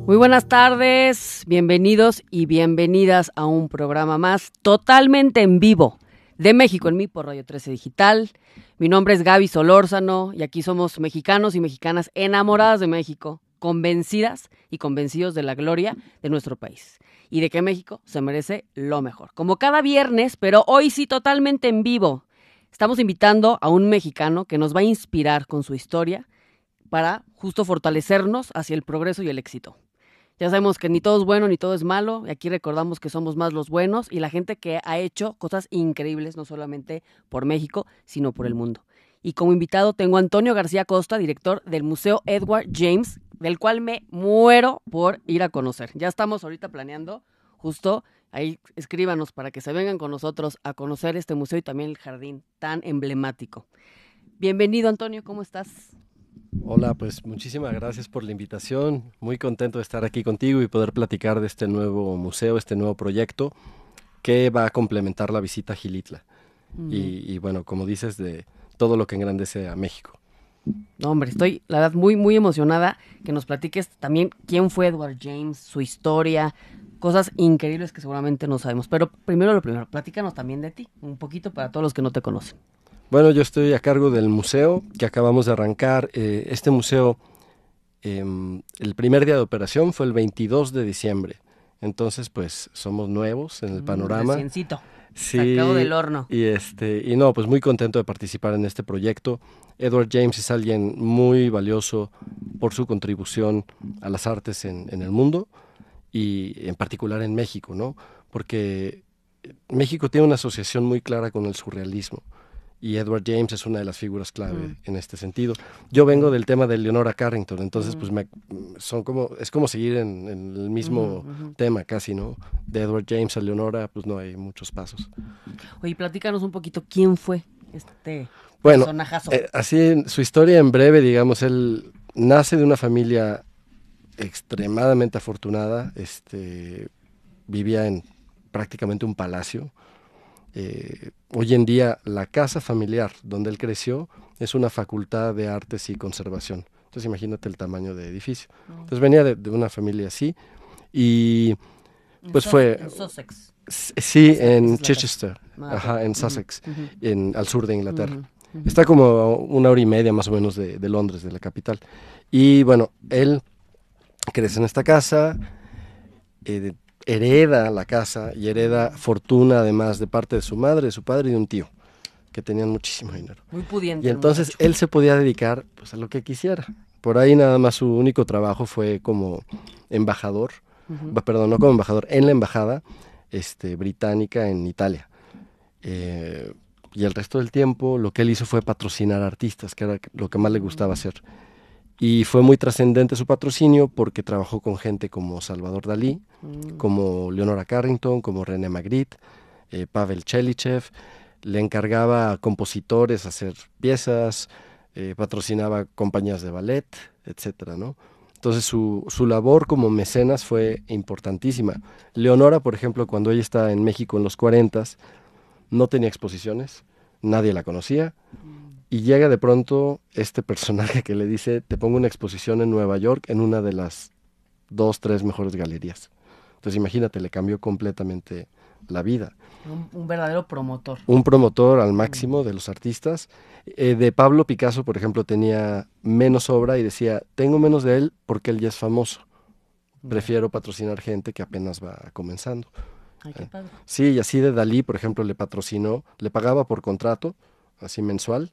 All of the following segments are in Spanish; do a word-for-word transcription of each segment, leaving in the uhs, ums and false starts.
Muy buenas tardes, bienvenidos y bienvenidas a un programa más totalmente en vivo de México en mí por Radio trece Digital. Mi nombre es Gaby Solórzano y aquí somos mexicanos y mexicanas enamoradas de México, convencidas y convencidos de la gloria de nuestro país y de que México se merece lo mejor. Como cada viernes, pero hoy sí totalmente en vivo, estamos invitando a un mexicano que nos va a inspirar con su historia para justo fortalecernos hacia el progreso y el éxito. Ya sabemos que ni todo es bueno ni todo es malo, y aquí recordamos que somos más los buenos y la gente que ha hecho cosas increíbles, no solamente por México, sino por el mundo. Y como invitado tengo a Antonio García Costa, director del Museo Edward James, del cual me muero por ir a conocer. Ya estamos ahorita planeando, justo ahí escríbanos para que se vengan con nosotros a conocer este museo y también el jardín tan emblemático. Bienvenido, Antonio, ¿cómo estás? Hola, pues muchísimas gracias por la invitación. Muy contento de estar aquí contigo y poder platicar de este nuevo museo, este nuevo proyecto que va a complementar la visita a Xilitla. Uh-huh. y, y bueno, como dices, de todo lo que engrandece a México. No, hombre, estoy, la verdad, muy, muy emocionada que nos platiques también quién fue Edward James, su historia, cosas increíbles que seguramente no sabemos. Pero primero lo primero, platícanos también de ti, un poquito para todos los que no te conocen. Bueno, yo estoy a cargo del museo que acabamos de arrancar. Eh, este museo, eh, el primer día de operación fue el veintidós de diciembre. Entonces, pues, somos nuevos en el mm, panorama. Reciencito, sí, sacado del horno. Y, este, y no, pues muy contento de participar en este proyecto. Edward James es alguien muy valioso por su contribución a las artes en, en el mundo y en particular en México, ¿no? Porque México tiene una asociación muy clara con el surrealismo. Y Edward James es una de las figuras clave mm. en este sentido. Yo vengo del tema de Leonora Carrington, entonces mm. pues me, son como, es como seguir en, en el mismo uh-huh, uh-huh. tema casi, ¿no? De Edward James a Leonora, pues no hay muchos pasos. Oye, platícanos un poquito, ¿quién fue este bueno, personajazo? Eh, así, su historia en breve, digamos, él nace de una familia extremadamente afortunada, este, vivía en prácticamente un palacio. Eh, hoy en día la casa familiar donde él creció es una facultad de artes y conservación. Entonces imagínate el tamaño de edificio. Oh. Entonces venía de, de una familia así y pues en fue... En Sussex. Sí, Sussex, en Chichester, ah, ajá, en Sussex, uh-huh. en, al sur de Inglaterra. Uh-huh. Uh-huh. Está como una hora y media más o menos de, de Londres, de la capital. Y bueno, él crece en esta casa, eh, hereda la casa y hereda fortuna además de parte de su madre, de su padre y de un tío que tenían muchísimo dinero. Muy pudiente. Y entonces él se podía dedicar pues, a lo que quisiera. Por ahí nada más su único trabajo fue como embajador, uh-huh. perdón, no como embajador, en la embajada este, británica en Italia. Eh, y el resto del tiempo lo que él hizo fue patrocinar artistas, que era lo que más le gustaba hacer. Y fue muy trascendente su patrocinio porque trabajó con gente como Salvador Dalí, mm. como Leonora Carrington, como René Magritte, eh, Pavel Chelychev. Le encargaba a compositores hacer piezas, eh, patrocinaba compañías de ballet, etcétera, ¿no? Entonces su, su labor como mecenas fue importantísima. Leonora, por ejemplo, cuando ella estaba en México en los cuarentas, no tenía exposiciones, nadie la conocía. Mm. Y llega de pronto este personaje que le dice, te pongo una exposición en Nueva York en una de las dos, tres mejores galerías. Entonces imagínate, le cambió completamente la vida. Un, un verdadero promotor. Un promotor al máximo de los artistas. Eh, de Pablo Picasso, por ejemplo, tenía menos obra y decía, tengo menos de él porque él ya es famoso. Prefiero patrocinar gente que apenas va comenzando. Ay, qué padre. Eh, sí, y así de Dalí, por ejemplo, le patrocinó, le pagaba por contrato, así mensual,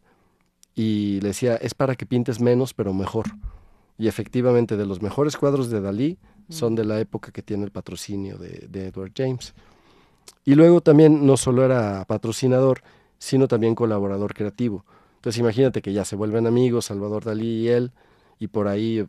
y le decía, es para que pintes menos, pero mejor. Y efectivamente, de los mejores cuadros de Dalí mm. son de la época que tiene el patrocinio de, de Edward James. Y luego también no solo era patrocinador, sino también colaborador creativo. Entonces imagínate que ya se vuelven amigos, Salvador Dalí y él, y por ahí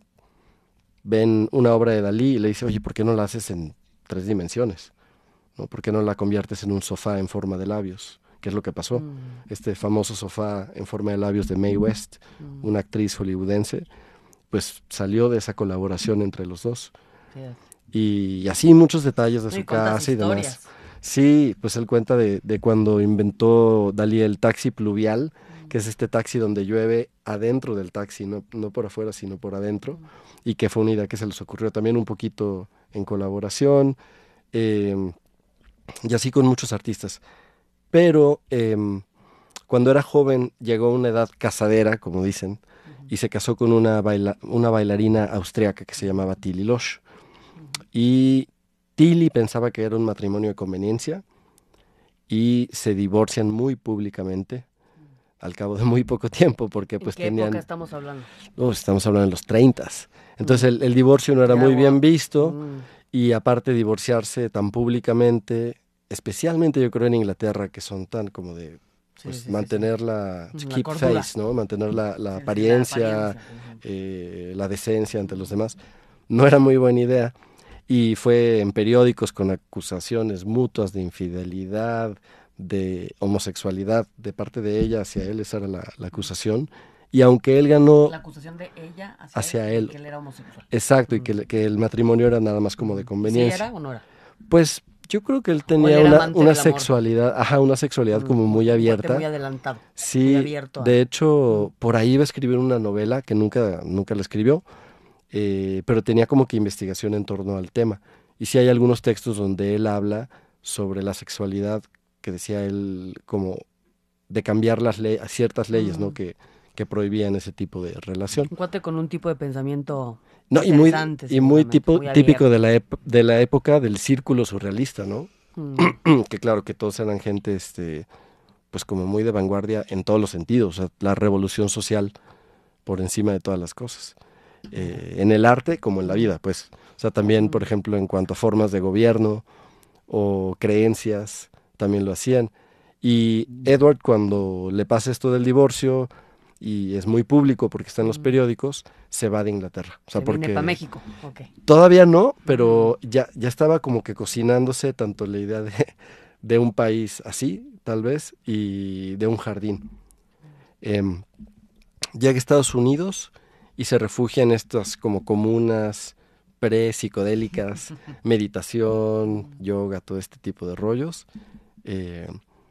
ven una obra de Dalí y le dice, oye, ¿por qué no la haces en tres dimensiones? ¿No? ¿Por qué no la conviertes en un sofá en forma de labios? ¿Qué es lo que pasó? Mm. Este famoso sofá en forma de labios de Mae West, mm. una actriz hollywoodense, pues salió de esa colaboración entre los dos. Yeah. Y, y así muchos detalles de no, su y casa y historias. demás. Sí, pues él cuenta de, de cuando inventó Dalí el taxi pluvial, mm. que es este taxi donde llueve adentro del taxi, no, no por afuera, sino por adentro, y que fue una idea que se les ocurrió también un poquito en colaboración, eh, y así con muchos artistas. Pero eh, cuando era joven llegó a una edad casadera, como dicen, y se casó con una, baila, una bailarina austriaca que se llamaba Tilly Losch. Y Tilly pensaba que era un matrimonio de conveniencia y se divorcian muy públicamente al cabo de muy poco tiempo, porque pues ¿En qué tenían... época estamos hablando? Oh, estamos hablando de los treintas. Entonces mm. el, el divorcio no era muy bien visto mm. y aparte divorciarse tan públicamente, especialmente yo creo en Inglaterra, que son tan como de pues, sí, sí, mantener sí, sí. la... la keep cordura. face, ¿no? Mantener la, la, sí, apariencia, la, apariencia. Eh, la decencia ante los demás. No era muy buena idea. Y fue en periódicos con acusaciones mutuas de infidelidad, de homosexualidad de parte de ella hacia él, esa era la, la acusación. Y aunque él ganó... La acusación de ella hacia, hacia él, él. Que él era homosexual. Exacto, mm. y que, que el matrimonio era nada más como de conveniencia. ¿Sí era o no era? Pues yo creo que él tenía él una, una sexualidad, ajá, una sexualidad mm. como muy abierta. Muy adelantado. Sí, muy abierto a... de hecho, mm. por ahí iba a escribir una novela que nunca, nunca la escribió, eh, pero tenía como que investigación en torno al tema. Y sí hay algunos textos donde él habla sobre la sexualidad, que decía él como de cambiar las le ciertas leyes, mm. ¿no? Que, que prohibían ese tipo de relación. Un cuate con un tipo de pensamiento no, y muy, y muy, tipo, muy típico de la, de la época del círculo surrealista, ¿no? Mm. Que claro, que todos eran gente, este, pues como muy de vanguardia en todos los sentidos, o sea, la revolución social por encima de todas las cosas. Eh, en el arte como en la vida, pues. O sea, también, por ejemplo, en cuanto a formas de gobierno o creencias, también lo hacían. Y Edward, cuando le pasa esto del divorcio, y es muy público porque está en los periódicos, se va de Inglaterra. O sea, se porque viene para México. Okay. Todavía no, pero ya, ya estaba como que cocinándose tanto la idea de, de un país así, tal vez, y de un jardín. Eh, llega a Estados Unidos y se refugia en estas como comunas pre-psicodélicas, meditación, yoga, todo este tipo de rollos. Eh,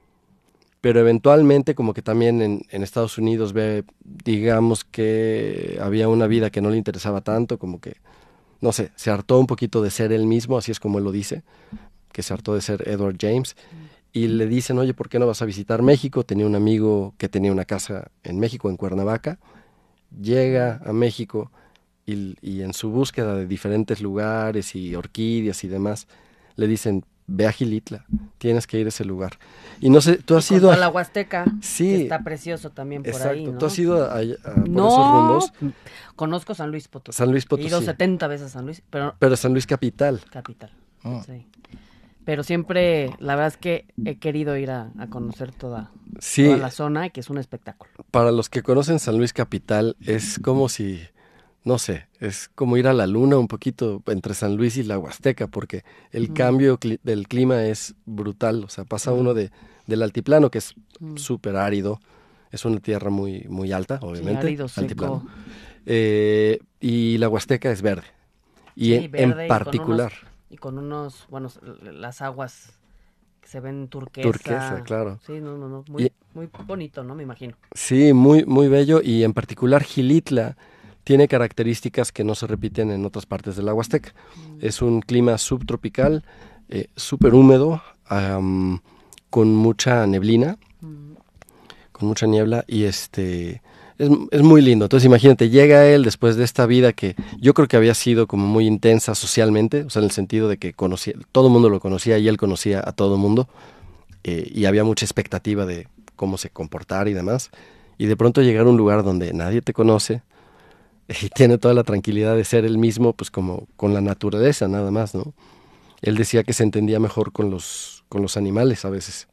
pero eventualmente como que también en, en Estados Unidos ve, digamos que había una vida que no le interesaba tanto, como que, no sé, se hartó un poquito de ser él mismo, así es como él lo dice, que se hartó de ser Edward James, y le dicen, oye, ¿por qué no vas a visitar México? Tenía un amigo que tenía una casa en México, en Cuernavaca, llega a México y, y en su búsqueda de diferentes lugares y orquídeas y demás, le dicen, ve a Xilitla, tienes que ir a ese lugar. Y no sé, tú has y ido a la Huasteca, sí, que está precioso también por exacto, ahí, ¿no? ¿Tú has ido a, a, a por no, esos rumbos? Conozco San Luis Potosí. San Luis Potosí. He ido setenta veces a San Luis, pero pero San Luis capital. Capital. Oh. Sí. Pero siempre, la verdad es que he querido ir a, a conocer toda, sí, toda la zona, que es un espectáculo. Para los que conocen San Luis capital, es como si, no sé, es como ir a la luna un poquito entre San Luis y la Huasteca, porque el mm. cambio cli del clima es brutal. O sea, pasa mm. uno de, del altiplano, que es mm. súper árido, es una tierra muy, muy alta, obviamente. Sí, árido, altiplano. Eh, y la Huasteca es verde. Y sí, en, verde en particular... Y con unos, bueno, las aguas que se ven turquesa. Turquesa, claro. Sí, no, no, no, muy, y, muy bonito, ¿no? Me imagino. Sí, muy, muy bello, y en particular Xilitla tiene características que no se repiten en otras partes de la Huasteca. Mm. Es un clima subtropical, eh, súper húmedo, um, con mucha neblina, mm. con mucha niebla, y este... Es, es muy lindo. Entonces imagínate, llega él después de esta vida que yo creo que había sido como muy intensa socialmente, o sea, en el sentido de que conocía, todo el mundo lo conocía y él conocía a todo el mundo, eh, y había mucha expectativa de cómo se comportara y demás, y de pronto llegar a un lugar donde nadie te conoce y tiene toda la tranquilidad de ser él mismo, pues como con la naturaleza nada más, ¿no? Él decía que se entendía mejor con los, con los animales a veces.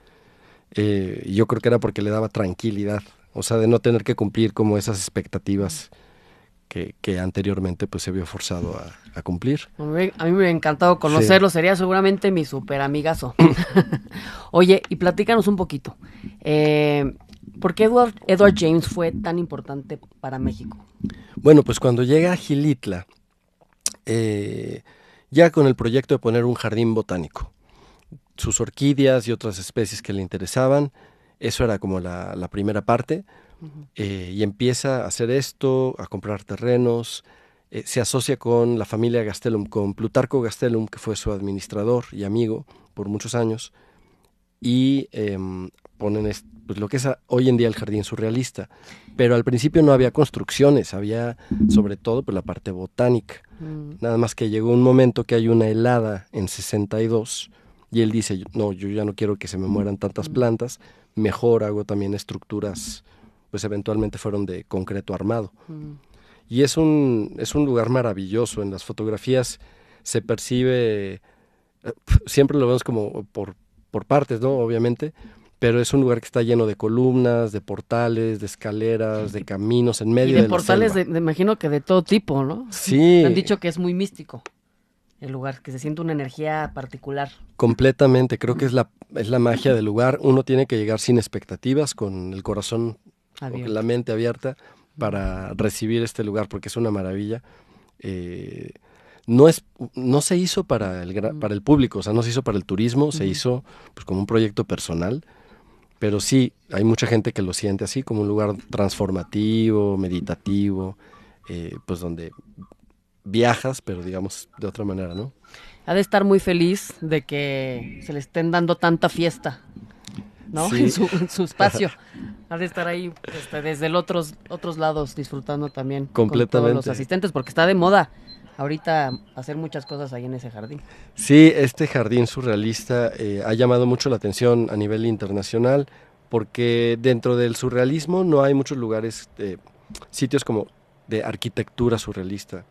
Eh, y yo creo que era porque le daba tranquilidad. O sea, de no tener que cumplir como esas expectativas que, que anteriormente pues se vio forzado a, a cumplir. A mí, a mí me hubiera encantado conocerlo, sí. Sería seguramente mi súper amigazo. Oye, y platícanos un poquito. Eh, ¿Por qué Edward, Edward James fue tan importante para México? Bueno, pues cuando llega a Xilitla, eh, ya con el proyecto de poner un jardín botánico, sus orquídeas y otras especies que le interesaban, Eso era como la, la primera parte. Uh-huh. eh, y empieza a hacer esto, a comprar terrenos. Eh, se asocia con la familia Gastelum, con Plutarco Gastelum, que fue su administrador y amigo por muchos años, y eh, ponen est- pues, lo que es a, hoy en día el jardín surrealista. Pero al principio no había construcciones, había sobre todo pues, la parte botánica. Mm. Nada más que llegó un momento que hay una helada en sesenta y dos y él dice, no, yo ya no quiero que se me mueran tantas mm. plantas, mejor hago también estructuras, pues eventualmente fueron de concreto armado. Mm. Y es un, es un lugar maravilloso. En las fotografías se percibe, siempre lo vemos como por, por partes, ¿no? Obviamente, pero es un lugar que está lleno de columnas, de portales, de escaleras, de caminos en medio de la selva. Y de portales, de, me imagino que de todo tipo, ¿no? Sí. Me han dicho que es muy místico el lugar, que se siente una energía particular. Completamente, creo que es la, es la magia del lugar. Uno tiene que llegar sin expectativas, con el corazón, con la mente abierta, para recibir este lugar, porque es una maravilla. Eh, no es no se hizo para el para el público, o sea, no se hizo para el turismo, uh-huh. se hizo pues como un proyecto personal, pero sí, hay mucha gente que lo siente así, como un lugar transformativo, meditativo, eh, pues donde viajas, pero digamos de otra manera, ¿no? Ha de estar muy feliz de que se le estén dando tanta fiesta, ¿no? Sí. En, su, en su espacio. Ha de estar ahí este, desde el otros otros lados disfrutando también con todos los asistentes, porque está de moda ahorita hacer muchas cosas ahí en ese jardín. Sí, este jardín surrealista eh, ha llamado mucho la atención a nivel internacional, porque dentro del surrealismo no hay muchos lugares, eh, sitios como de arquitectura surrealista.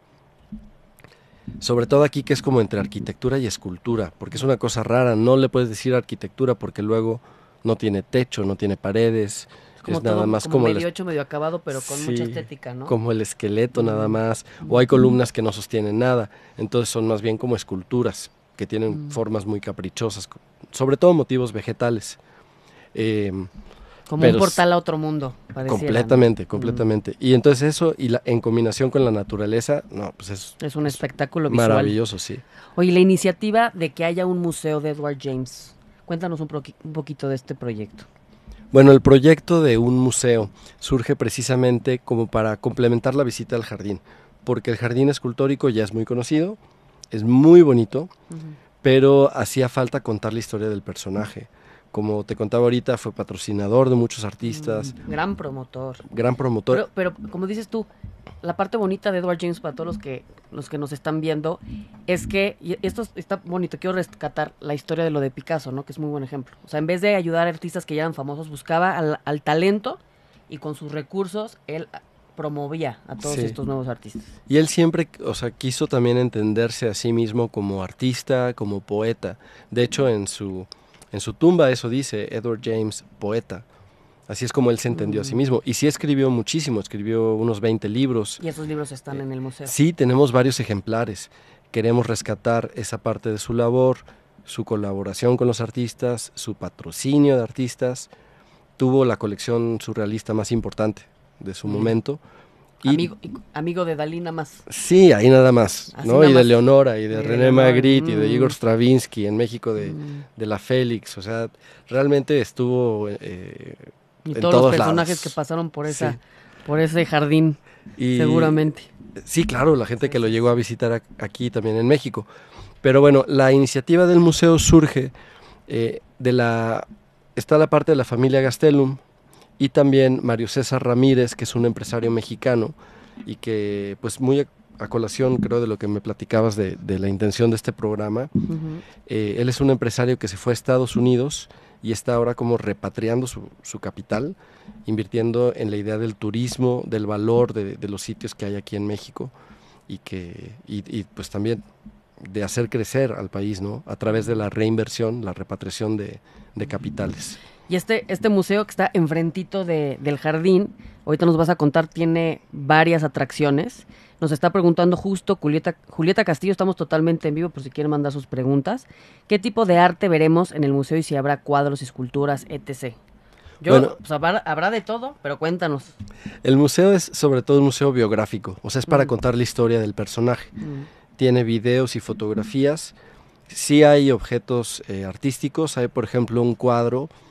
Sobre todo aquí, que es como entre arquitectura y escultura, porque es una cosa rara, no le puedes decir arquitectura porque luego no tiene techo, no tiene paredes, como es todo, nada más como, como medio el, hecho, medio acabado, pero con sí, mucha estética, ¿no? Como el esqueleto, mm. nada más, o hay columnas que no sostienen nada, entonces son más bien como esculturas que tienen mm. formas muy caprichosas, sobre todo motivos vegetales. Eh, como un portal a otro mundo, pareciera, completamente, ¿no? completamente. Mm. Y entonces eso, y la, en combinación con la naturaleza, no, pues es... Es un es espectáculo visual. Maravilloso, sí. Oye, la iniciativa de que haya un museo de Edward James, cuéntanos un, pro, un poquito de este proyecto. Bueno, el proyecto de un museo surge precisamente como para complementar la visita al jardín, porque el jardín escultórico ya es muy conocido, es muy bonito, uh-huh. pero hacía falta contar la historia del personaje. Como te contaba ahorita, fue patrocinador de muchos artistas. Mm, gran promotor. Gran promotor. Pero, pero como dices tú, la parte bonita de Edward James para todos los que los que nos están viendo es que, y esto está bonito, quiero rescatar la historia de lo de Picasso, ¿no? Que es muy buen ejemplo. O sea, en vez de ayudar a artistas que ya eran famosos, buscaba al, al talento y con sus recursos él promovía a todos sí. estos nuevos artistas. Y él siempre, o sea, quiso también entenderse a sí mismo como artista, como poeta. De hecho, en su... En su tumba eso dice, Edward James, poeta. Así es como él se entendió mm. a sí mismo. Y sí escribió muchísimo, escribió unos veinte libros. ¿Y esos libros están eh, en el museo? Sí, tenemos varios ejemplares. Queremos rescatar esa parte de su labor, su colaboración con los artistas, su patrocinio de artistas. Tuvo la colección surrealista más importante de su mm. momento. Y, amigo, amigo de Dalí nada más. Sí, ahí nada más, Así ¿no? Nada y de más. Leonora, y de y René de Magritte, mm. y de Igor Mm. Stravinsky, en México de, mm. de la Félix, o sea, realmente estuvo eh, y en todos, todos los personajes lados. que pasaron por esa, sí. por ese jardín, y, seguramente. Sí, claro, la gente sí, que sí. lo llegó a visitar a, aquí también en México. Pero bueno, la iniciativa del museo surge eh, de la... Está la parte de la familia Gastelum y también Mario César Ramírez, que es un empresario mexicano, y que pues muy a, a colación creo de lo que me platicabas de, de la intención de este programa, uh-huh. eh, él es un empresario que se fue a Estados Unidos y está ahora como repatriando su, su capital, invirtiendo en la idea del turismo, del valor de, de los sitios que hay aquí en México y que y, y pues también de hacer crecer al país, ¿no? A través de la reinversión, la repatriación de, de capitales. Y este, este museo que está enfrentito de, del jardín, ahorita nos vas a contar, tiene varias atracciones. Nos está preguntando justo Julieta, Julieta Castillo, estamos totalmente en vivo por si quieren mandar sus preguntas. ¿Qué tipo de arte veremos en el museo y si habrá cuadros, esculturas, etcétera? Yo, bueno, pues habrá, habrá de todo, pero cuéntanos. El museo es sobre todo un museo biográfico, o sea, es para mm. contar la historia del personaje. Mm. Tiene videos y fotografías. Sí hay objetos eh, artísticos, hay por ejemplo un cuadro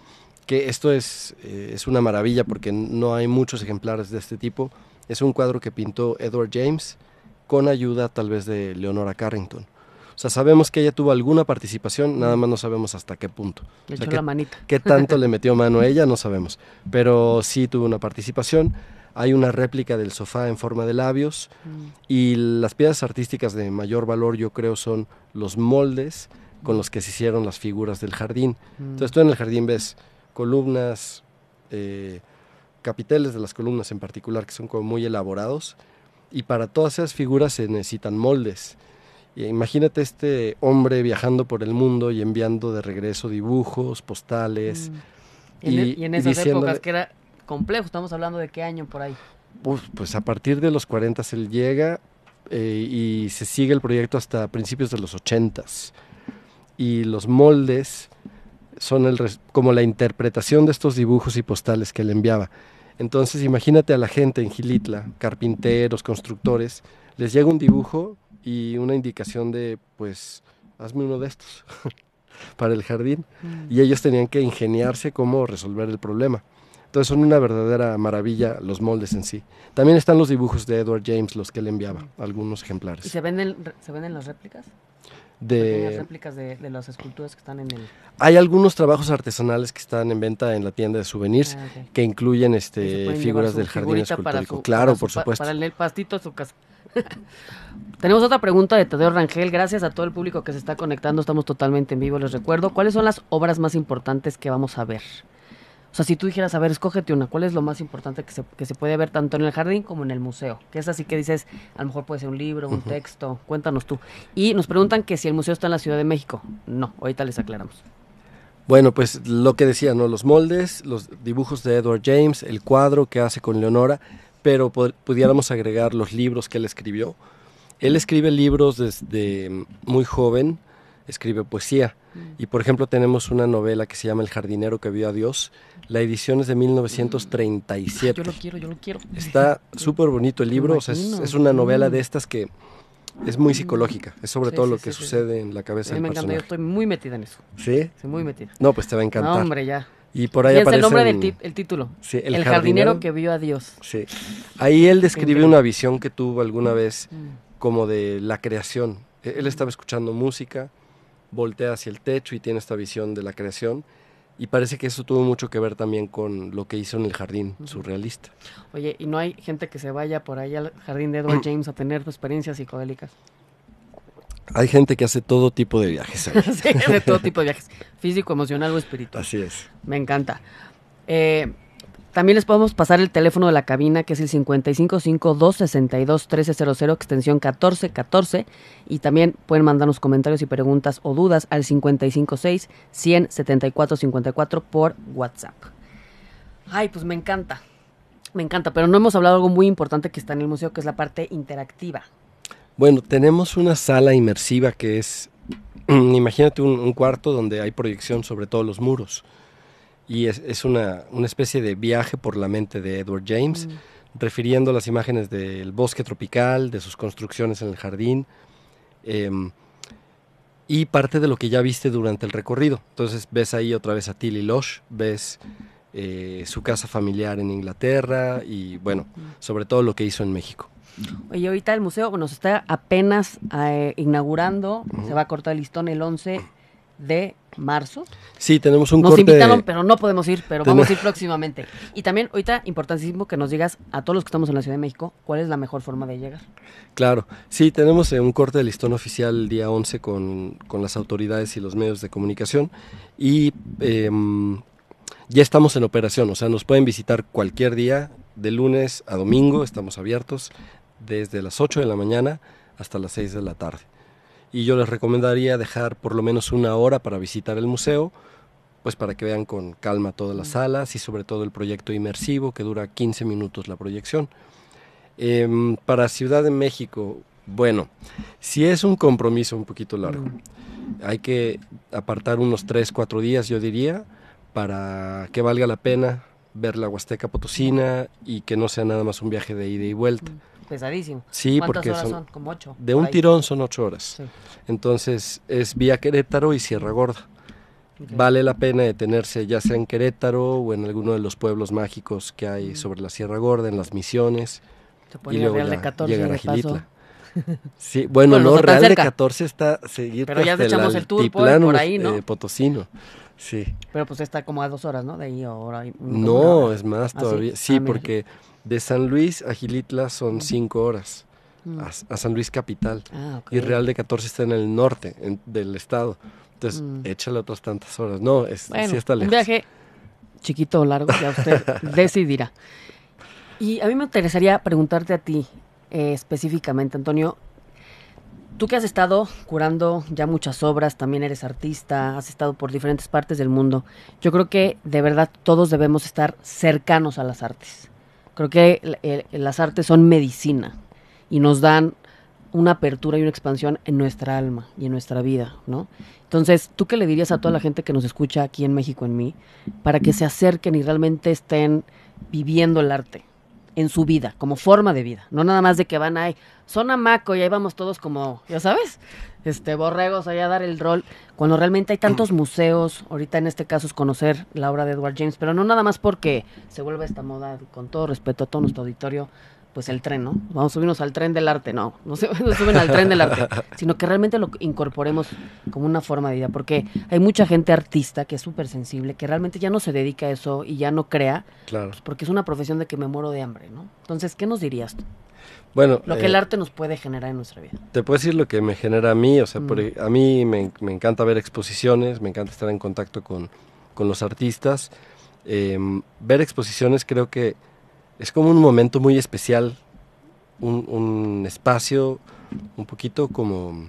que esto es, eh, es una maravilla porque no hay muchos ejemplares de este tipo. Es un cuadro que pintó Edward James con ayuda tal vez de Leonora Carrington. O sea, sabemos que ella tuvo alguna participación, nada más no sabemos hasta qué punto. Le o sea, echó qué, la manita. qué tanto le metió mano a ella, no sabemos. Pero sí tuvo una participación. Hay una réplica del sofá en forma de labios. Mm. Y las piezas artísticas de mayor valor, yo creo, son los moldes con los que se hicieron las figuras del jardín. Mm. Entonces tú en el jardín ves columnas, eh, capiteles de las columnas en particular, que son como muy elaborados. Y para todas esas figuras se necesitan moldes. Imagínate este hombre viajando por el mundo y enviando de regreso dibujos, postales. Mm. Y, y, y en esas épocas que era complejo, estamos hablando de qué año por ahí. Pues, pues a partir de los cuarenta él llega eh, y se sigue el proyecto hasta principios de los ochentas. Y los moldes son el res, como la interpretación de estos dibujos y postales que él enviaba. Entonces imagínate a la gente en Xilitla, carpinteros, constructores, les llega un dibujo y una indicación de, pues, hazme uno de estos para el jardín. Mm. Y ellos tenían que ingeniarse cómo resolver el problema. Entonces son una verdadera maravilla los moldes en sí. También están los dibujos de Edward James, los que él enviaba, mm. algunos ejemplares. ¿Y se venden, se venden las réplicas? De las réplicas de, de las esculturas que están en el... Hay algunos trabajos artesanales que están en venta en la tienda de souvenirs, ah, okay. que incluyen este figuras del jardín escultórico. Su, claro, su, por supuesto. Para el pastito de su casa. Tenemos otra pregunta de Tadeo Rangel. Gracias a todo el público que se está conectando. Estamos totalmente en vivo, les recuerdo. ¿Cuáles son las obras más importantes que vamos a ver? O sea, si tú dijeras, a ver, escógete una, ¿cuál es lo más importante que se, que se puede ver tanto en el jardín como en el museo? Que es así que dices, a lo mejor puede ser un libro, un uh-huh. texto, cuéntanos tú. Y nos preguntan que si el museo está en la Ciudad de México. No, ahorita les aclaramos. Bueno, pues lo que decía, ¿no? Los moldes, los dibujos de Edward James, el cuadro que hace con Leonora, pero pod- pudiéramos agregar los libros que él escribió. Él escribe libros desde muy joven, escribe poesía. Y por ejemplo tenemos una novela que se llama El jardinero que vio a Dios. La edición es de mil novecientos treinta y siete. Yo lo quiero, yo lo quiero. Está súper bonito el libro, o sea, es, es una novela de estas que es muy psicológica. Es sobre sí, todo sí, lo que sí, sucede sí. en la cabeza del personaje. Me encanta, yo estoy muy metida en eso. ¿Sí? Estoy muy metida. No, pues te va a encantar. No, hombre, ya. Y por ahí aparece el nombre en... del el título. Sí, el, el jardinero, jardinero que vio a Dios. Sí. Ahí él describe una visión que tuvo alguna vez como de la creación. Él estaba escuchando música, voltea hacia el techo y tiene esta visión de la creación, y parece que eso tuvo mucho que ver también con lo que hizo en el jardín uh-huh. surrealista. Oye, ¿y no hay gente que se vaya por ahí al jardín de Edward James a tener experiencias psicodélicas? Hay gente que hace todo tipo de viajes ahí. Sí, de todo tipo de viajes, físico, emocional o espiritual. Así es. Me encanta. Eh, también les podemos pasar el teléfono de la cabina, que es el cincuenta y cinco cinco dos sesenta y dos trece cero cero, extensión catorce catorce, y también pueden mandarnos comentarios y preguntas o dudas al cincuenta y cinco seis cien setenta y cuatro cincuenta y cuatro por WhatsApp. Ay, pues me encanta, me encanta, pero no hemos hablado de algo muy importante que está en el museo, que es la parte interactiva. Bueno, tenemos una sala inmersiva que es, imagínate un, un cuarto donde hay proyección sobre todos los muros. Y es, es una, una especie de viaje por la mente de Edward James, mm. refiriendo las imágenes del bosque tropical, de sus construcciones en el jardín, eh, y parte de lo que ya viste durante el recorrido. Entonces ves ahí otra vez a Tilly Losh, ves eh, su casa familiar en Inglaterra y bueno, mm. sobre todo lo que hizo en México. Oye, ahorita el museo nos está apenas eh, inaugurando, uh-huh. se va a cortar el listón el once de marzo. Sí, tenemos un nos corte. Nos invitaron, pero no podemos ir, pero Ten... vamos a ir próximamente. Y también, ahorita, importantísimo que nos digas a todos los que estamos en la Ciudad de México, ¿cuál es la mejor forma de llegar? Claro, sí, tenemos eh, un corte de listón oficial el día once con, con las autoridades y los medios de comunicación, y eh, ya estamos en operación, o sea, nos pueden visitar cualquier día, de lunes a domingo, estamos abiertos desde las ocho de la mañana hasta las seis de la tarde. Y yo les recomendaría dejar por lo menos una hora para visitar el museo, pues para que vean con calma todas las salas y sobre todo el proyecto inmersivo, que dura quince minutos la proyección. Eh, para Ciudad de México, bueno, si es un compromiso un poquito largo, hay que apartar unos tres, cuatro días, yo diría, para que valga la pena ver la Huasteca Potosina y que no sea nada más un viaje de ida y vuelta. Pesadísimo. Sí, ¿cuántas porque horas son, son? Como ocho. De un ahí. tirón son ocho horas. Sí. Entonces es vía Querétaro y Sierra Gorda. Okay. Vale la pena detenerse ya sea en Querétaro o en alguno de los pueblos mágicos que hay mm. sobre la Sierra Gorda, en las Misiones. Se pone y luego Real de catorce llegar a de Gilitla. Sí, bueno, bueno, no, no Real de catorce está seguir pero ya echamos el, el tour por, por ahí, ¿no? Eh, Potosino, sí. Pero pues está como a dos horas, ¿no? De ahí a hora y, no, hora. Es más todavía. ¿Ah, sí, sí ah, porque de San Luis a Gilitla son mm. cinco horas. Mm. A, a San Luis capital. Ah, okay. Y Real de catorce está en el norte en, del estado. Entonces, mm. échale otras tantas horas. No, es, bueno, sí está lejos. Un viaje chiquito o largo, ya usted decidirá. Y a mí me interesaría preguntarte a ti, eh, específicamente, Antonio, tú que has estado curando ya muchas obras, también eres artista, has estado por diferentes partes del mundo, yo creo que de verdad todos debemos estar cercanos a las artes. Creo que el, el, las artes son medicina y nos dan una apertura y una expansión en nuestra alma y en nuestra vida, ¿no? Entonces, ¿tú qué le dirías a toda la gente que nos escucha aquí en México en mí para que se acerquen y realmente estén viviendo el arte en su vida, como forma de vida? No nada más de que van ahí, son hamaco y ahí vamos todos como, ya sabes, este borregos allá a dar el rol, cuando realmente hay tantos museos. Ahorita en este caso es conocer la obra de Edward James, pero no nada más porque se vuelve esta moda, con todo respeto a todo nuestro auditorio, pues el tren, ¿no? Vamos a subirnos al tren del arte, no, no se no suben al tren del arte, sino que realmente lo incorporemos como una forma de vida, porque hay mucha gente artista que es súper sensible, que realmente ya no se dedica a eso y ya no crea, claro. Pues porque es una profesión de que me muero de hambre, ¿no? Entonces, ¿qué nos dirías tú? Bueno, lo que eh, el arte nos puede generar en nuestra vida. Te puedo decir lo que me genera a mí, o sea, mm. por, a mí me, me encanta ver exposiciones, me encanta estar en contacto con, con los artistas, eh, ver exposiciones creo que es como un momento muy especial, un, un espacio un poquito como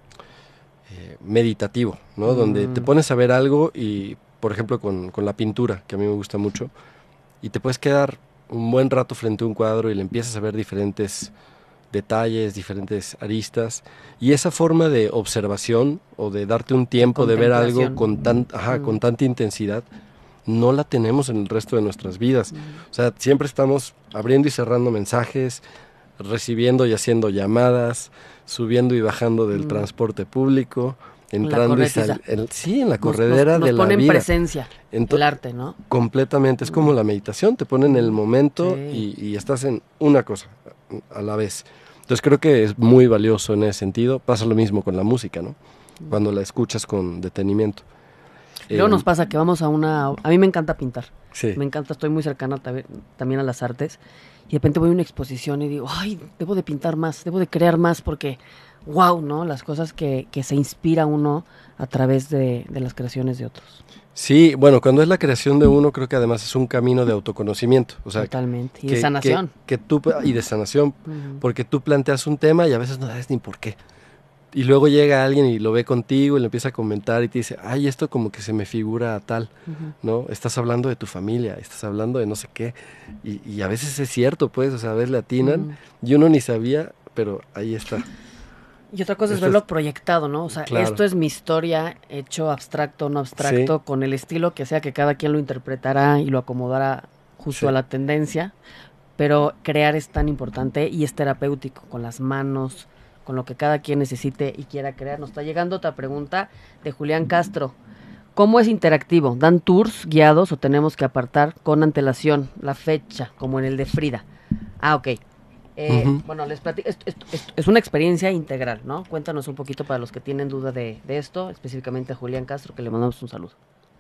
eh, meditativo, ¿no? Mm. Donde te pones a ver algo y, por ejemplo, con, con la pintura, que a mí me gusta mucho, y te puedes quedar un buen rato frente a un cuadro y le empiezas a ver diferentes detalles, diferentes aristas, y esa forma de observación o de darte un tiempo de ver algo con, tan, ajá, mm. con tanta intensidad, no la tenemos en el resto de nuestras vidas. Mm. O sea, siempre estamos abriendo y cerrando mensajes, recibiendo y haciendo llamadas, subiendo y bajando del mm. transporte público, entrando y saliendo. Sí, en la corredera nos, nos, nos de la vida. Nos pone en presencia Ento- el arte, ¿no? Completamente, es como la meditación, te pone en el momento sí. y, y estás en una cosa a la vez. Entonces creo que es muy valioso en ese sentido. Pasa lo mismo con la música, ¿no? Cuando la escuchas con detenimiento. Luego eh, nos pasa que vamos a una... A mí me encanta pintar. Sí. Me encanta, estoy muy cercana tab- también a las artes. Y de repente voy a una exposición y digo, ay, debo de pintar más, debo de crear más porque, wow, ¿no? Las cosas que, que se inspira uno a través de, de las creaciones de otros. Sí, bueno, cuando es la creación de uno, creo que además es un camino de autoconocimiento. O sea, totalmente. Y que, de sanación. Que, que tú, y de sanación, uh-huh. porque tú planteas un tema y a veces no sabes ni por qué. Y luego llega alguien y lo ve contigo y le empieza a comentar y te dice, ay, esto como que se me figura a tal, uh-huh. ¿no? Estás hablando de tu familia, estás hablando de no sé qué. Y, y a veces es cierto, pues, o sea, a veces le atinan uh-huh. y uno ni sabía, pero ahí está. Y otra cosa esto es verlo es, proyectado, ¿no? O sea, claro. Esto es mi historia, hecho abstracto, no abstracto, sí. Con el estilo que sea, que cada quien lo interpretará y lo acomodará justo sí. A la tendencia, pero crear es tan importante y es terapéutico, con las manos, con lo que cada quien necesite y quiera crear. Nos está llegando otra pregunta de Julián Castro. ¿Cómo es interactivo? ¿Dan tours guiados o tenemos que apartar con antelación la fecha, como en el de Frida? Ah, ok. Eh, uh-huh. Bueno, les platico, es, es, es, es una experiencia integral, ¿no? Cuéntanos un poquito para los que tienen duda de, de esto, específicamente a Julián Castro, que le mandamos un saludo.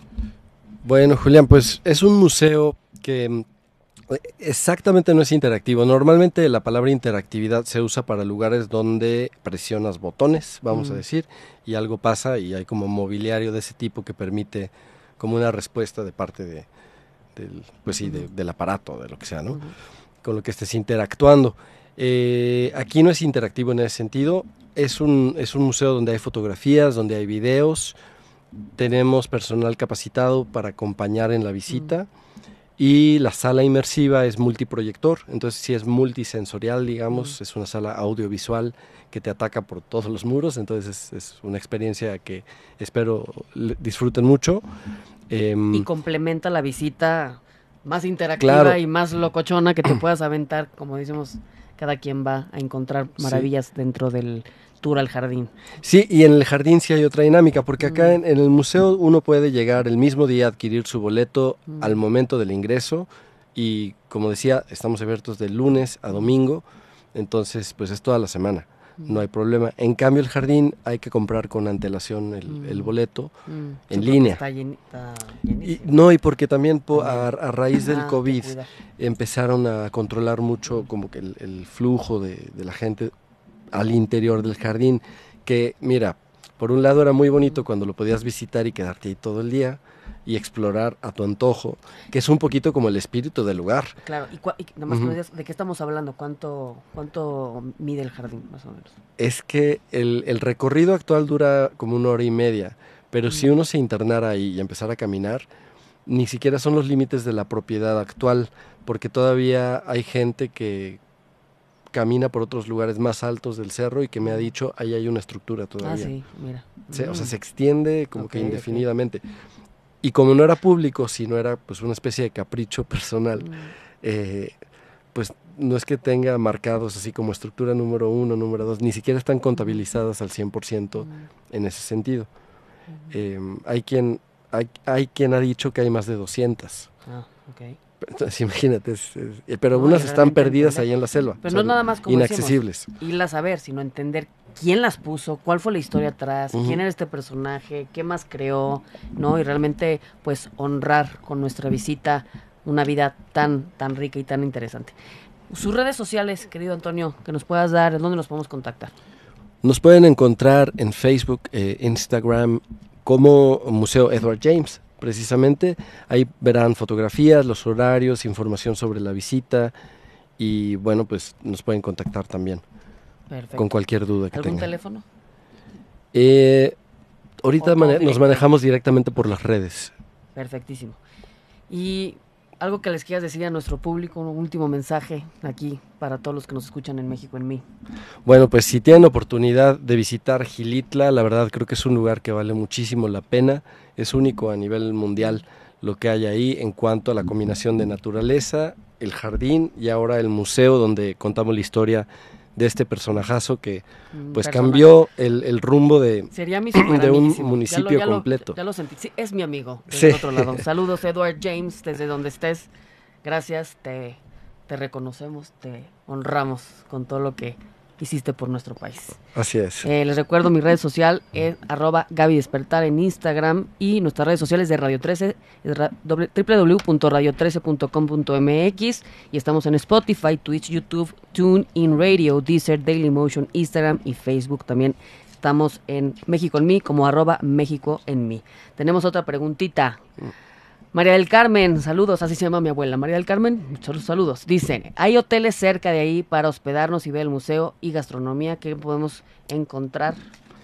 Bueno, Julián, pues es un museo que exactamente no es interactivo. Normalmente la palabra interactividad se usa para lugares donde presionas botones, vamos uh-huh. a decir, y algo pasa y hay como mobiliario de ese tipo que permite como una respuesta de parte de, del, pues sí, uh-huh. de, del aparato, de lo que sea, ¿no? Uh-huh. Con lo que estés interactuando. Eh, aquí no es interactivo en ese sentido, es un, es un museo donde hay fotografías, donde hay videos, tenemos personal capacitado para acompañar en la visita mm. y la sala inmersiva es multiproyector, entonces sí es multisensorial, digamos, mm. es una sala audiovisual que te ataca por todos los muros, entonces es, es una experiencia que espero disfruten mucho. Eh, y complementa la visita más interactiva Claro. y más locochona que te puedas aventar, como decimos, cada quien va a encontrar maravillas sí. dentro del tour al jardín. Sí, y en el jardín sí hay otra dinámica, porque acá Mm. en, en el museo uno puede llegar el mismo día a adquirir su boleto Mm. al momento del ingreso y, como decía, estamos abiertos de lunes a domingo, entonces pues es toda la semana. No hay problema. En cambio, el jardín hay que comprar con antelación el, Mm. el boleto Mm. en Sí, línea. Está, llen, está Y, no, y porque también, po, a, a raíz del ah, COVID empezaron a controlar mucho como que el, el flujo de, de la gente al interior del jardín, que mira, por un lado era muy bonito cuando lo podías visitar y quedarte ahí todo el día y explorar a tu antojo, que es un poquito como el espíritu del lugar. Claro, y, y nada más, uh-huh. ¿de qué estamos hablando? ¿Cuánto, cuánto mide el jardín, más o menos? Es que el, el recorrido actual dura como una hora y media, pero uh-huh. si uno se internara ahí y empezara a caminar, ni siquiera son los límites de la propiedad actual, porque todavía hay gente que camina por otros lugares más altos del cerro y que me ha dicho, ahí hay una estructura todavía. Ah, sí, mira. Se, mm. O sea, se extiende como okay, que indefinidamente. Okay. Y como no era público, sino era pues una especie de capricho personal, mm. eh, pues no es que tenga marcados así como estructura número uno, número dos, ni siquiera están contabilizadas al cien por ciento mm. en ese sentido. Mm. Eh, hay, quien, hay, hay quien ha dicho que hay más de doscientas. Ah, ok. Entonces, imagínate, es, es, pero no, unas están perdidas entender. ahí en la selva. Pero no nada más como inaccesibles. Decimos, irlas a ver, sino entender quién las puso, cuál fue la historia atrás, uh-huh. quién era este personaje, qué más creó, ¿no? Y realmente, pues, honrar con nuestra visita una vida tan, tan rica y tan interesante. Sus redes sociales, querido Antonio, que nos puedas dar, ¿dónde nos podemos contactar? Nos pueden encontrar en Facebook, eh, Instagram, como Museo Edward James. Precisamente, ahí verán fotografías, los horarios, información sobre la visita y bueno, pues nos pueden contactar también. Perfecto. Con cualquier duda que ¿Algún tengan. teléfono? Eh, ahorita mane- nos manejamos directamente por las redes. Perfectísimo. Y algo que les quieras decir a nuestro público, un último mensaje aquí para todos los que nos escuchan en México en mí. Bueno, pues si tienen oportunidad de visitar Xilitla, la verdad creo que es un lugar que vale muchísimo la pena. Es único a nivel mundial lo que hay ahí en cuanto a la combinación de naturaleza, el jardín y ahora el museo donde contamos la historia de este personajazo que pues Personaje. cambió el, el rumbo de, Sería mi de un municipio ya lo, ya completo. Lo, ya lo sentí, sí, es mi amigo desde el otro lado. Saludos Edward James, desde donde estés. Gracias, te, te reconocemos, te honramos con todo lo que hiciste por nuestro país. Así es. Eh, les recuerdo, mi red social es arroba Gaby Despertar en Instagram y nuestras redes sociales de Radio trece es doble u doble u doble u punto radio trece punto com punto m x y estamos en Spotify, Twitch, YouTube, TuneIn Radio, Deezer, Dailymotion, Instagram y Facebook. También estamos en México en mí como arroba México en mí. Tenemos otra preguntita. María del Carmen, saludos, así se llama mi abuela. María del Carmen, muchos saludos. Dice, ¿hay hoteles cerca de ahí para hospedarnos y ver el museo y gastronomía? ¿Qué podemos encontrar?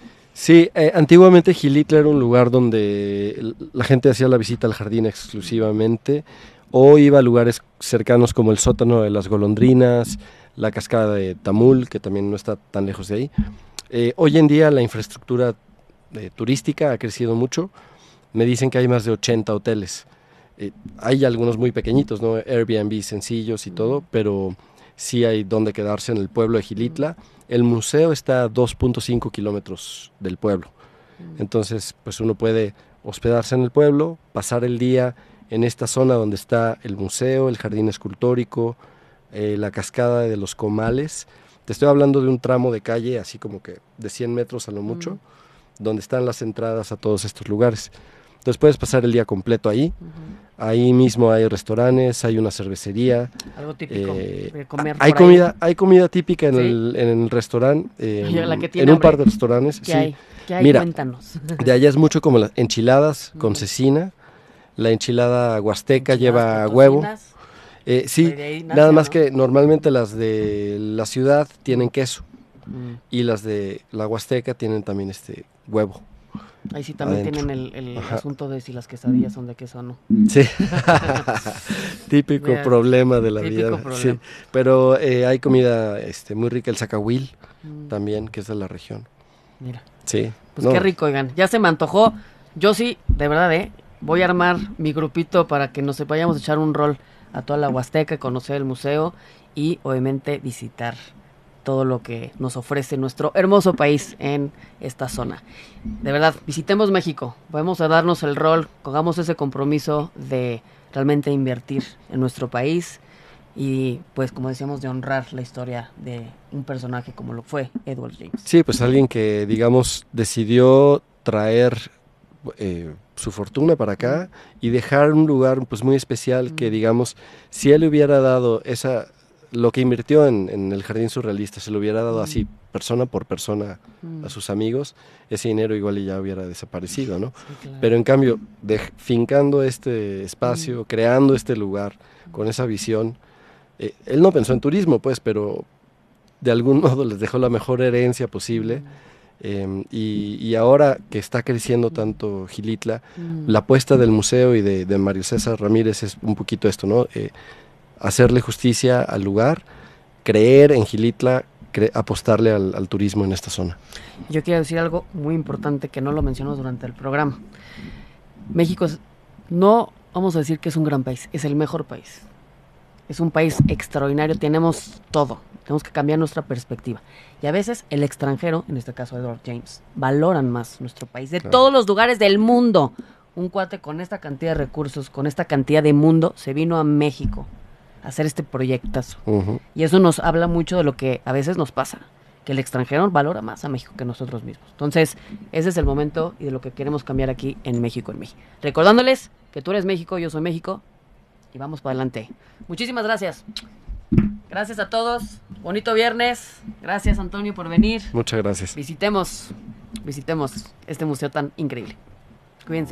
Sí, eh, antiguamente Xilitla era un lugar donde la gente hacía la visita al jardín exclusivamente o iba a lugares cercanos como el sótano de las golondrinas, la cascada de Tamul, que también no está tan lejos de ahí. Eh, hoy en día la infraestructura eh, turística ha crecido mucho. Me dicen que hay más de ochenta hoteles. Eh, hay algunos muy pequeñitos, ¿no? Airbnb sencillos y todo, pero sí hay donde quedarse en el pueblo de Xilitla. El museo está a dos punto cinco kilómetros del pueblo. Entonces, pues uno puede hospedarse en el pueblo, pasar el día en esta zona donde está el museo, el jardín escultórico, eh, la cascada de los Comales. Te estoy hablando de un tramo de calle, así como que de cien metros a lo mucho, mm. donde están las entradas a todos estos lugares. Entonces puedes pasar el día completo ahí. Uh-huh. Ahí mismo hay restaurantes, hay una cervecería. Algo típico eh, de comer hay por comida, ahí. Hay comida típica en, ¿Sí? el, en el restaurante, eh, La que en un hambre. par de restaurantes. ¿Qué sí. hay? ¿Qué hay? Mira, Cuéntanos. De allá es mucho como las enchiladas uh-huh. con cecina. La enchilada huasteca lleva huevo. Eh, sí, nada ¿no? más que normalmente las de la ciudad tienen queso uh-huh. y las de la huasteca tienen también este huevo. Ahí sí también adentro. Tienen el, el asunto de si las quesadillas son de queso o no. Sí, típico Mira, problema de la típico vida. Problema. Sí. Pero eh, hay comida este, muy rica, el zacahuil mm. también, que es de la región. Mira. Sí. Pues no. Qué rico, oigan. Ya se me antojó. Yo sí, de verdad, ¿eh? voy a armar mi grupito para que nos vayamos a echar un rol a toda la Huasteca, conocer el museo y obviamente visitar todo lo que nos ofrece nuestro hermoso país en esta zona. De verdad, visitemos México, vamos a darnos el rol, hagamos ese compromiso de realmente invertir en nuestro país y, pues, como decíamos, de honrar la historia de un personaje como lo fue Edward James. Sí, pues alguien que, digamos, decidió traer eh, su fortuna para acá y dejar un lugar, pues, muy especial que, digamos, si él hubiera dado esa... lo que invirtió en, en el Jardín Surrealista, se lo hubiera dado mm. así, persona por persona, mm. a sus amigos, ese dinero igual ya hubiera desaparecido, ¿no? Sí, claro. Pero en cambio, de, fincando este espacio, mm. creando este lugar, con esa visión, eh, él no pensó en turismo, pues, pero de algún modo les dejó la mejor herencia posible, mm. eh, y, y ahora que está creciendo tanto Xilitla, mm. la apuesta del museo y de, de Mario César Ramírez es un poquito esto, ¿no? Eh, hacerle justicia al lugar, creer en Xilitla, cre- apostarle al, al turismo en esta zona. Yo quiero decir algo muy importante que no lo mencionamos durante el programa. México es, no vamos a decir que es un gran país, es el mejor país. Es un país extraordinario, tenemos todo, tenemos que cambiar nuestra perspectiva. Y a veces el extranjero, en este caso Edward James, valoran más nuestro país, de claro. todos los lugares del mundo. Un cuate con esta cantidad de recursos, con esta cantidad de mundo, se vino a México hacer este proyectazo. Uh-huh. Y eso nos habla mucho de lo que a veces nos pasa, que el extranjero valora más a México que nosotros mismos. Entonces, ese es el momento y de lo que queremos cambiar aquí en México en México. Recordándoles que tú eres México, yo soy México, y vamos para adelante. Muchísimas gracias. Gracias a todos. Bonito viernes. Gracias, Antonio, por venir. Muchas gracias. Visitemos, visitemos este museo tan increíble. Cuídense.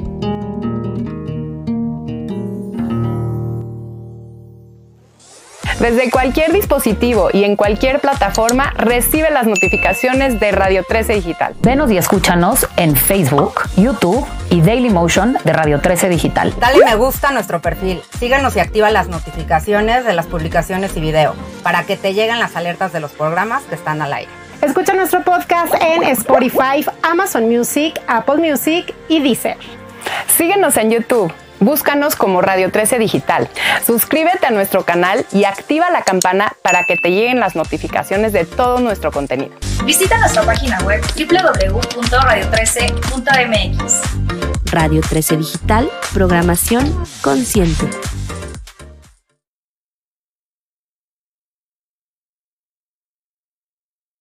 Desde cualquier dispositivo y en cualquier plataforma, recibe las notificaciones de Radio trece Digital. Venos y escúchanos en Facebook, YouTube y Dailymotion de Radio trece Digital. Dale me gusta a nuestro perfil. Síganos y activa las notificaciones de las publicaciones y video para que te lleguen las alertas de los programas que están al aire. Escucha nuestro podcast en Spotify, Amazon Music, Apple Music y Deezer. Síguenos en YouTube. Búscanos como Radio trece Digital. Suscríbete a nuestro canal y activa la campana para que te lleguen las notificaciones de todo nuestro contenido. Visita nuestra página web doble u doble u doble u punto radio trece punto m x. Radio trece Digital, programación consciente.